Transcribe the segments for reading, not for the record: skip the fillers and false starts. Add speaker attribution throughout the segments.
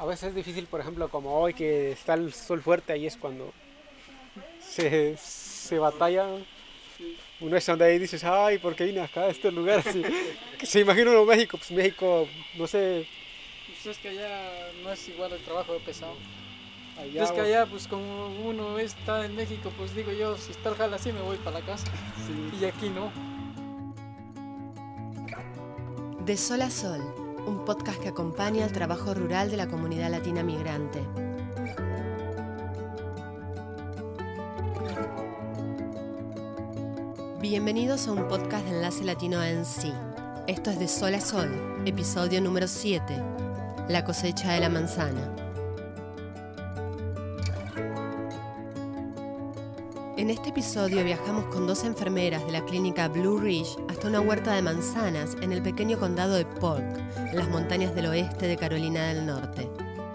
Speaker 1: a veces es difícil, por ejemplo, como hoy que está el sol fuerte, ahí es cuando se batalla. Uno es donde ahí dices, ay, ¿por qué vine acá a este lugar? Que se imagina uno México, pues México, no sé,
Speaker 2: Pues es que allá no es igual el trabajo pesado.
Speaker 1: allá.
Speaker 2: Es que allá, pues como uno está en México, pues digo yo, si está el jala así me voy para la casa.
Speaker 1: Sí.
Speaker 2: Y aquí no.
Speaker 3: De Sol a Sol, un podcast que acompaña al trabajo rural de la comunidad latina migrante. Bienvenidos a un podcast de Enlace Latino ANC. Esto es De Sol a Sol, episodio número 7, La cosecha de la manzana. En este episodio viajamos con 2 enfermeras de la clínica Blue Ridge hasta una huerta de manzanas en el pequeño condado de Polk, en las montañas del oeste de Carolina del Norte.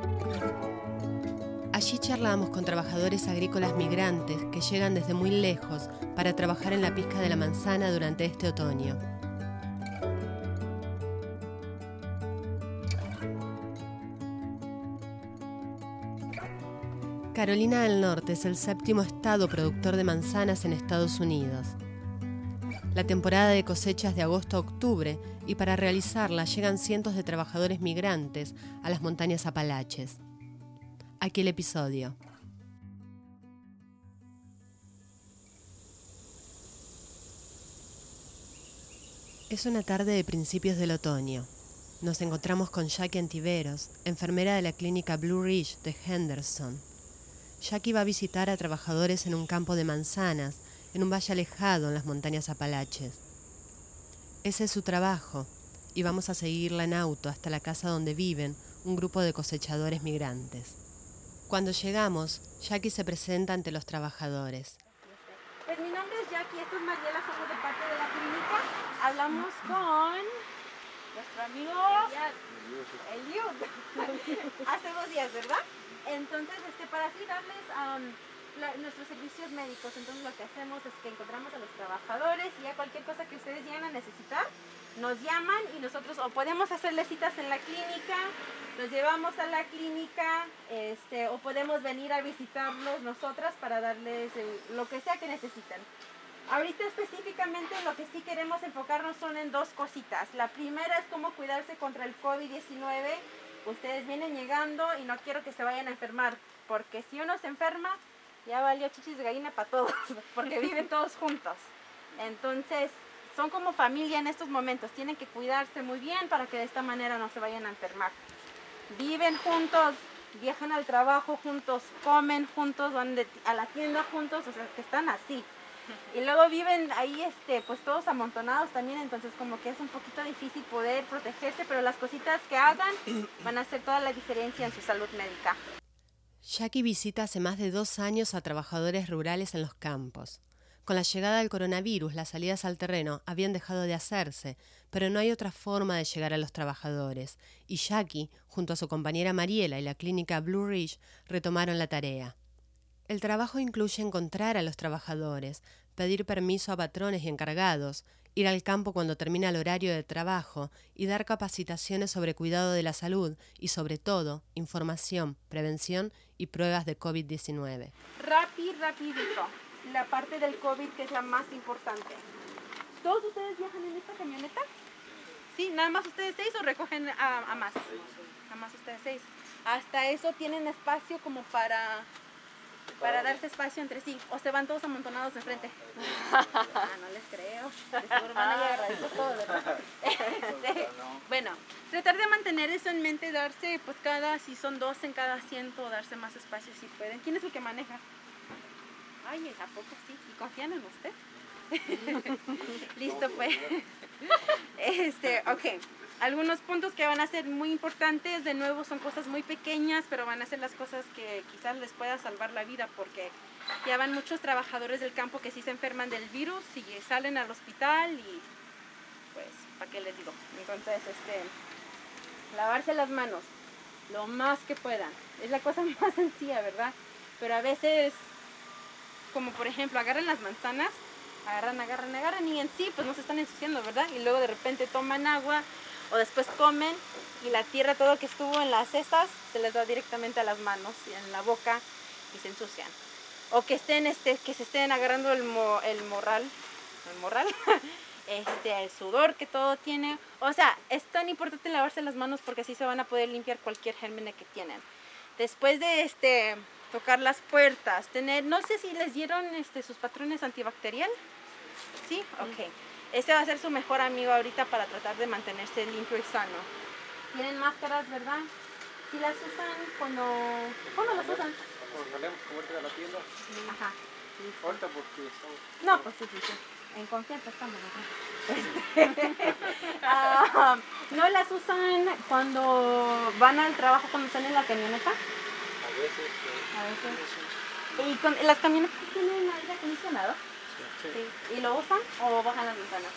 Speaker 3: Allí charlamos con trabajadores agrícolas migrantes que llegan desde muy lejos para trabajar en la pizca de la manzana durante este otoño. Carolina del Norte es el 7º estado productor de manzanas en Estados Unidos. La temporada de cosechas de agosto a octubre y para realizarla llegan cientos de trabajadores migrantes a las montañas Apalaches. Aquí el episodio. Es una tarde de principios del otoño. Nos encontramos con Jackie Antiveros, enfermera de la clínica Blue Ridge de Henderson. Jackie va a visitar a trabajadores en un campo de manzanas, en un valle alejado en las montañas Apalaches. Ese es su trabajo, y vamos a seguirla en auto hasta la casa donde viven un grupo de cosechadores migrantes. Cuando llegamos, Jackie se presenta ante los trabajadores.
Speaker 4: Pues mi nombre es Jackie, esto es Mariela, somos de parte de la clínica. Hablamos con nuestro amigo Eliud hace 2 días, ¿verdad? Entonces, para así darles nuestros servicios médicos, entonces lo que hacemos es que encontramos a los trabajadores y a cualquier cosa que ustedes lleguen a necesitar, nos llaman y nosotros o podemos hacerles citas en la clínica, los llevamos a la clínica, o podemos venir a visitarlos nosotras para darles lo que sea que necesiten. Ahorita específicamente lo que sí queremos enfocarnos son en 2 cositas. La primera es cómo cuidarse contra el COVID-19. Ustedes vienen llegando y no quiero que se vayan a enfermar, porque si uno se enferma, ya valió chichis de gallina para todos, porque viven todos juntos. Entonces, son como familia en estos momentos, tienen que cuidarse muy bien para que de esta manera no se vayan a enfermar. Viven juntos, viajan al trabajo juntos, comen juntos, van a la tienda juntos, o sea, que están así. Y luego viven ahí, pues todos amontonados también, entonces como que es un poquito difícil poder protegerse, pero las cositas que hagan van a hacer toda la diferencia en su salud médica.
Speaker 3: Jackie visita hace más de 2 años a trabajadores rurales en los campos. Con la llegada del coronavirus, las salidas al terreno habían dejado de hacerse, pero no hay otra forma de llegar a los trabajadores, y Jackie, junto a su compañera Mariela y la clínica Blue Ridge, retomaron la tarea. El trabajo incluye encontrar a los trabajadores, pedir permiso a patrones y encargados, ir al campo cuando termina el horario de trabajo y dar capacitaciones sobre cuidado de la salud y, sobre todo, información, prevención y pruebas de COVID-19.
Speaker 4: Rapidito, la parte del COVID que es la más importante. ¿Todos ustedes viajan en esta camioneta? Sí, nada más ustedes 6 o recogen a más. Nada más ustedes 6. Hasta eso tienen espacio como para darse espacio entre sí, o se van todos amontonados enfrente. No les creo, de seguro van a ir agarraditos todos, ¿verdad? Bueno, tratar de mantener eso en mente, darse, pues si son 2 en cada asiento, darse más espacio si pueden. ¿Quién es el que maneja? Ay, ¿a poco sí? ¿Y confían en usted? Listo, pues. Ok. Algunos puntos que van a ser muy importantes, de nuevo son cosas muy pequeñas, pero van a ser las cosas que quizás les pueda salvar la vida, porque ya van muchos trabajadores del campo que sí se enferman del virus y salen al hospital y pues, ¿para qué les digo? Entonces, lavarse las manos lo más que puedan. Es la cosa más sencilla, ¿verdad? Pero a veces, como por ejemplo, agarran las manzanas, agarran y en sí pues no se están ensuciando, ¿verdad? Y luego de repente toman agua o después comen y la tierra, todo que estuvo en las cestas, se les da directamente a las manos y en la boca y se ensucian. O que que se estén agarrando el morral, el sudor que todo tiene. O sea, es tan importante lavarse las manos porque así se van a poder limpiar cualquier germen que tienen. Después de tocar las puertas, no sé si les dieron sus patrones antibacterial. ¿Sí? Ok. Este va a ser su mejor amigo ahorita para tratar de mantenerse limpio y sano. Tienen máscaras, ¿verdad? Si las usan ¿Cuándo las usan?
Speaker 1: Cuando salemos como ahorita de la tienda.
Speaker 4: Ajá.
Speaker 1: Ahorita porque estamos...
Speaker 4: No, pues sí. En confianza estamos. ¿No las usan cuando van al trabajo, cuando están en la camioneta?
Speaker 1: A veces.
Speaker 4: ¿Y las camionetas tienen aire acondicionado? Sí. ¿Y lo usan o bajan las ventanas?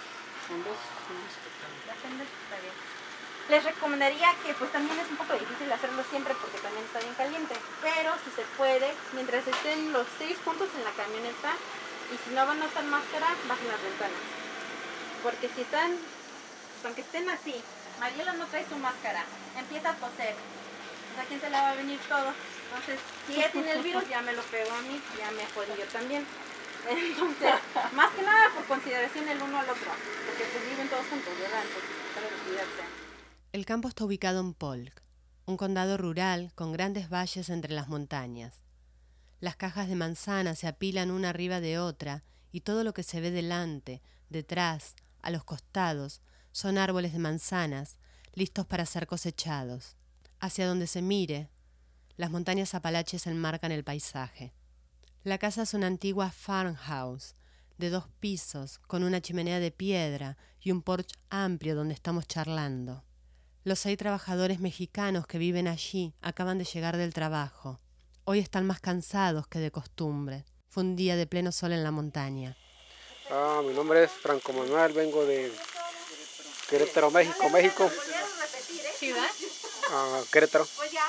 Speaker 4: Depende, está bien. Les recomendaría que pues también es un poco difícil hacerlo siempre porque también está bien caliente, pero si se puede, mientras estén los 6 juntos en la camioneta y si no van a usar máscara, bajen las ventanas. Porque si están, pues, aunque estén así, Mariela no trae su máscara, empieza a toser, pues a quién se le va a venir todo. Entonces, si ella tiene el virus, ya me lo pegó a mí, ya me jodí yo también. Entonces, más que nada por consideración el uno al otro, porque pues viven todos juntos, ¿verdad? Entonces, para cuidarse.
Speaker 3: El campo está ubicado en Polk, un condado rural con grandes valles entre las montañas. Las cajas de manzana se apilan una arriba de otra y todo lo que se ve delante, detrás, a los costados, son árboles de manzanas listos para ser cosechados. Hacia donde se mire, las montañas Apalaches enmarcan el paisaje. La casa es una antigua farmhouse de 2 pisos con una chimenea de piedra y un porche amplio donde estamos charlando. Los 6 trabajadores mexicanos que viven allí acaban de llegar del trabajo. Hoy están más cansados que de costumbre. Fue un día de pleno sol en la montaña.
Speaker 1: Mi nombre es Franco Manuel, vengo de Querétaro, México.
Speaker 4: ¿Ciudad?
Speaker 1: Querétaro.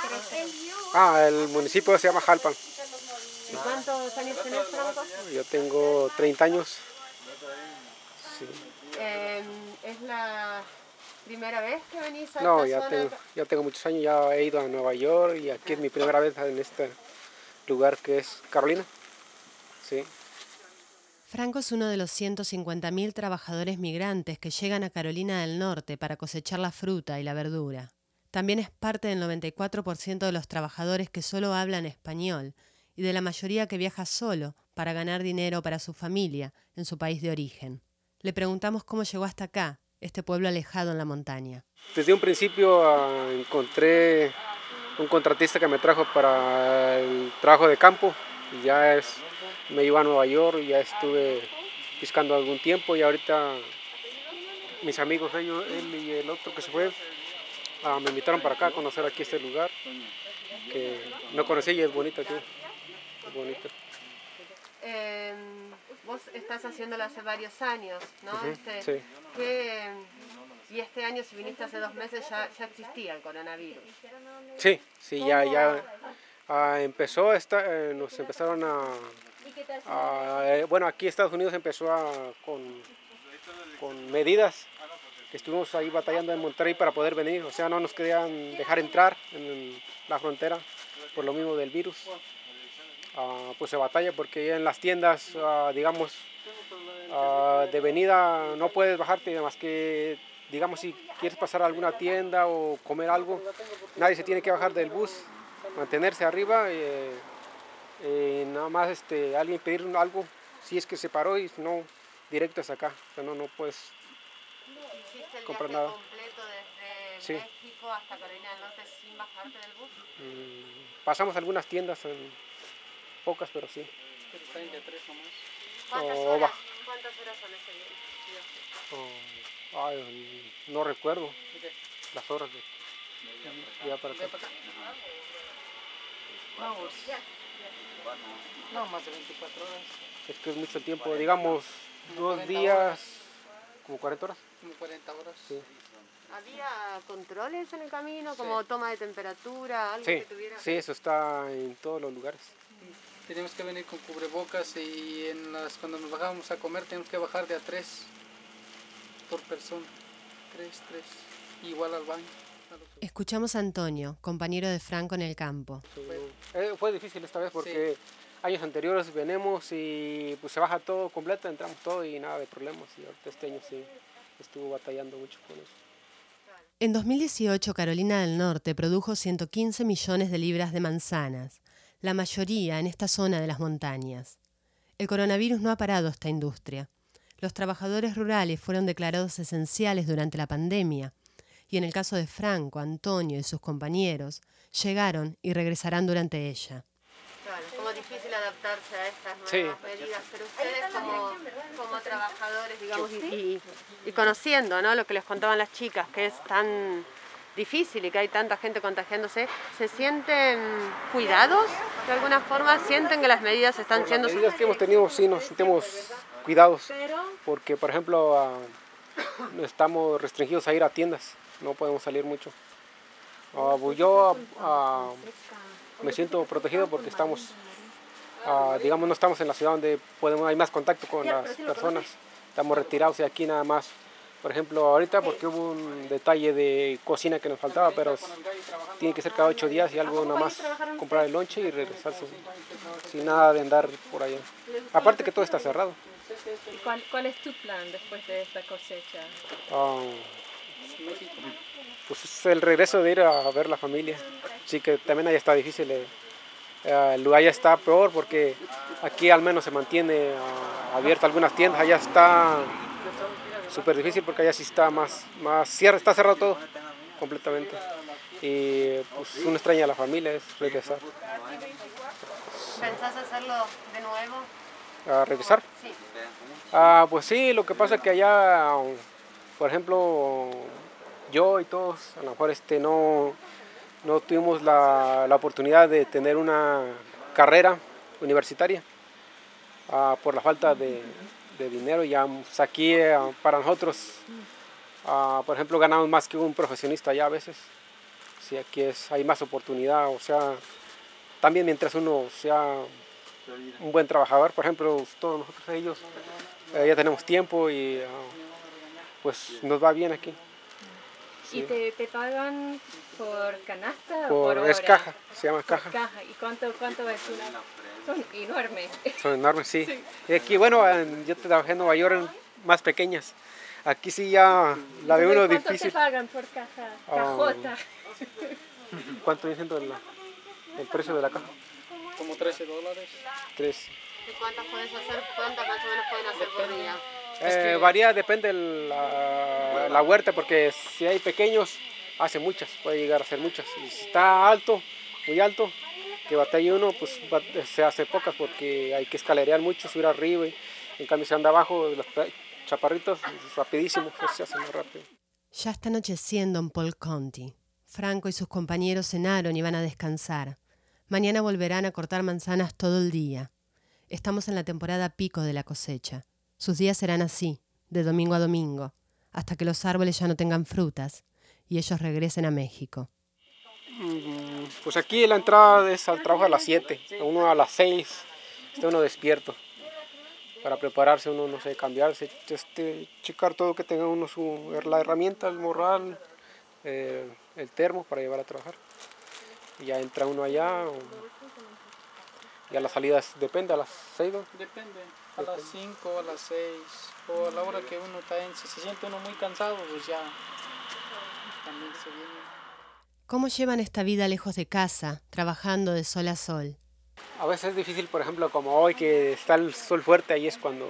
Speaker 1: El municipio se llama Jalpan.
Speaker 3: ¿Y cuántos años tenés, Franco?
Speaker 1: Yo tengo 30 años. Sí.
Speaker 3: ¿Es la primera vez que venís a
Speaker 1: No,
Speaker 3: esta zona?
Speaker 1: ya tengo muchos años, ya he ido a Nueva York y aquí es mi primera vez en este lugar que es Carolina. Sí.
Speaker 3: Franco es uno de los 150.000 trabajadores migrantes que llegan a Carolina del Norte para cosechar la fruta y la verdura. También es parte del 94% de los trabajadores que solo hablan español y de la mayoría que viaja solo para ganar dinero para su familia en su país de origen. Le preguntamos cómo llegó hasta acá, este pueblo alejado en la montaña.
Speaker 1: Desde un principio encontré un contratista que me trajo para el trabajo de campo y me llevó a Nueva York y ya estuve piscando algún tiempo y ahorita mis amigos, él y el otro que se fue, me invitaron para acá a conocer aquí este lugar que no conocí y es bonito aquí, es bonito.
Speaker 3: Vos estás haciéndolo hace varios años, ¿no?
Speaker 1: Sí.
Speaker 3: Y este año, si viniste hace 2 meses, ya existía el coronavirus.
Speaker 1: Sí, ya empezó, nos empezaron bueno, aquí Estados Unidos empezó con medidas que estuvimos ahí batallando en Monterrey para poder venir, o sea, no nos querían dejar entrar en la frontera por lo mismo del virus. Pues se batalla porque en las tiendas, digamos, de venida no puedes bajarte, más que, digamos, si quieres pasar a alguna tienda o comer algo, nadie se tiene que bajar del bus, mantenerse arriba y nada más alguien pedir algo, si es que se paró y si no, directo hasta acá, o sea, no puedes comprar nada.
Speaker 3: ¿Completo desde México hasta Carolina del Norte sin bajarte del bus?
Speaker 1: Pasamos algunas tiendas, pocas, pero sí.
Speaker 3: ¿Cuántas horas son ese
Speaker 1: día? No recuerdo las horas de allá para acá.
Speaker 2: No, más de 24 horas.
Speaker 1: Es que es mucho tiempo, digamos 2 días, como 40 horas.
Speaker 2: Como 40 horas.
Speaker 1: Sí.
Speaker 3: ¿Había controles en el camino, como toma de temperatura, algo
Speaker 1: Sí,
Speaker 3: que tuviera?
Speaker 1: sí, eso está en todos los lugares.
Speaker 2: Teníamos que venir con cubrebocas y cuando nos bajábamos a comer teníamos que bajar de a 3 por persona. 3. igual al baño.
Speaker 3: Escuchamos a Antonio, compañero de Franco en el campo.
Speaker 1: Fue difícil esta vez porque años anteriores venimos y pues se baja todo completo, entramos todo y nada de problemas. Y ahorita este año sí estuvo batallando mucho con eso.
Speaker 3: En 2018, Carolina del Norte produjo 115 millones de libras de manzanas, la mayoría en esta zona de las montañas. El coronavirus no ha parado esta industria. Los trabajadores rurales fueron declarados esenciales durante la pandemia y en el caso de Franco, Antonio y sus compañeros, llegaron y regresarán durante ella.
Speaker 5: Claro, es como difícil adaptarse a estas nuevas medidas, pero ustedes como trabajadores, digamos, y conociendo, ¿no?, lo que les contaban las chicas, que es tan difícil y que hay tanta gente contagiándose, ¿se sienten cuidados de alguna forma? ¿Sienten que las medidas están siendo...
Speaker 1: Las medidas que hemos tenido sí nos sentimos cuidados, porque por ejemplo estamos restringidos a ir a tiendas, no podemos salir mucho. Yo me siento protegido porque estamos, digamos, no estamos en la ciudad donde hay más contacto con las personas, estamos retirados de aquí nada más. Por ejemplo, ahorita porque hubo un detalle de cocina que nos faltaba, pero tiene que ser cada 8 días y algo nada más comprar el lonche y regresarse sin nada de andar por allá. Aparte que todo está cerrado.
Speaker 5: ¿Y cuál es tu plan después de esta cosecha?
Speaker 1: Pues es el regreso de ir a ver la familia. Sí que también allá está difícil. El lugar ya está peor porque aquí al menos se mantiene abierta algunas tiendas. Allá está súper difícil porque allá sí está más está cerrado todo completamente. Y pues uno extraña a la familia, es regresar.
Speaker 5: ¿Pensás hacerlo de nuevo?
Speaker 1: ¿A regresar?
Speaker 5: Sí.
Speaker 1: Pues sí, lo que pasa es que allá, por ejemplo, yo y todos, a lo mejor no tuvimos la oportunidad de tener una carrera universitaria por la falta de dinero. Ya pues aquí para nosotros, por ejemplo, ganamos más que un profesionista allá a veces. Sí, aquí hay más oportunidad, o sea, también mientras uno sea un buen trabajador, por ejemplo, todos nosotros ellos ya tenemos tiempo y pues nos va bien aquí.
Speaker 5: Sí. ¿Y te pagan por canasta o por
Speaker 1: Es
Speaker 5: hora?
Speaker 1: caja, se llama caja.
Speaker 5: ¿Y cuánto es una? Son enormes.
Speaker 1: Son enormes, sí. Y aquí, bueno, yo trabajé en Nueva York en más pequeñas. Aquí sí ya la de uno
Speaker 5: ¿Cuánto
Speaker 1: difícil.
Speaker 5: te pagan por caja? Cajota.
Speaker 1: ¿Cuánto viene siendo el precio de la caja?
Speaker 2: Como $13.
Speaker 1: 3.
Speaker 5: ¿Y cuántas puedes hacer? ¿Cuántas más o menos pueden hacer por día?
Speaker 1: Varía, depende de la huerta, porque si hay pequeños, hace muchas, puede llegar a hacer muchas. Y si está alto, muy alto, que batalle uno, pues se hace pocas porque hay que escalerear mucho, subir arriba. En cambio, si anda abajo, los chaparritos, rapidísimo, pues se hace más rápido.
Speaker 3: Ya está anocheciendo en Polk County. Franco y sus compañeros cenaron y van a descansar. Mañana volverán a cortar manzanas todo el día. Estamos en la temporada pico de la cosecha. Sus días serán así, de domingo a domingo, hasta que los árboles ya no tengan frutas y ellos regresen a México.
Speaker 1: Pues aquí la entrada es al trabajo a las 7, uno a las 6, está uno despierto. Para prepararse uno, no sé, cambiarse, checar todo, que tenga uno la herramienta, el morral, el termo para llevar a trabajar. Y ya entra uno allá, y a las salidas depende, a las 6. ¿No?
Speaker 2: Depende, a las 5, a las 6, o a la hora que uno está si se siente uno muy cansado, pues ya también se viene.
Speaker 3: ¿Cómo llevan esta vida lejos de casa, trabajando de sol a sol?
Speaker 1: A veces es difícil, por ejemplo, como hoy que está el sol fuerte, ahí es cuando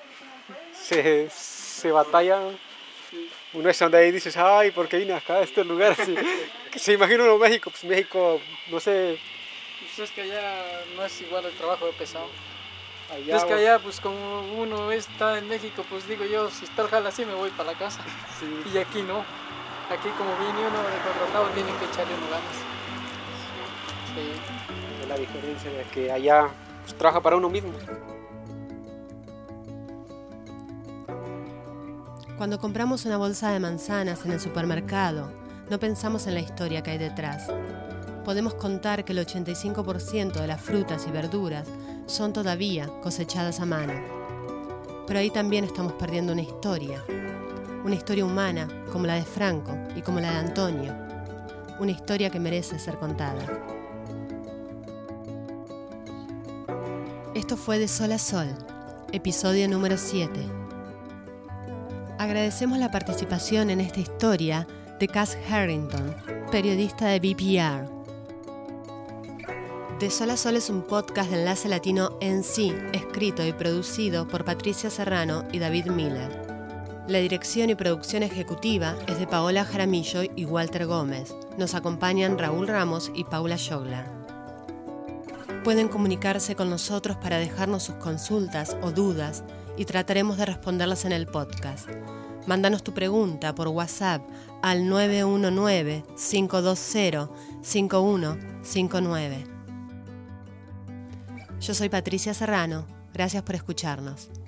Speaker 1: se batalla. Uno es donde ahí dices, ay, ¿por qué vine acá a este lugar? Se imagina uno México, pues México, no sé.
Speaker 2: Pues es que allá no es igual el trabajo de pesado.
Speaker 1: Allá,
Speaker 2: es que allá, pues como uno está en México, pues digo yo, si está el jala así me voy para la casa.
Speaker 1: Sí.
Speaker 2: Y aquí no. Aquí como viene uno de contratado, tienen que echarle uno ganas. Sí.
Speaker 1: Es la diferencia de que allá pues, trabaja para uno mismo.
Speaker 3: Cuando compramos una bolsa de manzanas en el supermercado, no pensamos en la historia que hay detrás. Podemos contar que el 85% de las frutas y verduras son todavía cosechadas a mano. Pero ahí también estamos perdiendo una Una historia humana, como la de Franco y como la de Antonio. Una historia que merece ser contada. Esto fue De Sol a Sol, episodio número 7. Agradecemos la participación en esta historia de Cass Harrington, periodista de BPR. De Sol a Sol es un podcast de Enlace Latino en sí, escrito y producido por Patricia Serrano y David Miller. La dirección y producción ejecutiva es de Paola Jaramillo y Walter Gómez. Nos acompañan Raúl Ramos y Paula Joglar. Pueden comunicarse con nosotros para dejarnos sus consultas o dudas y trataremos de responderlas en el podcast. Mándanos tu pregunta por WhatsApp al 919-520-5159. Yo soy Patricia Serrano. Gracias por escucharnos.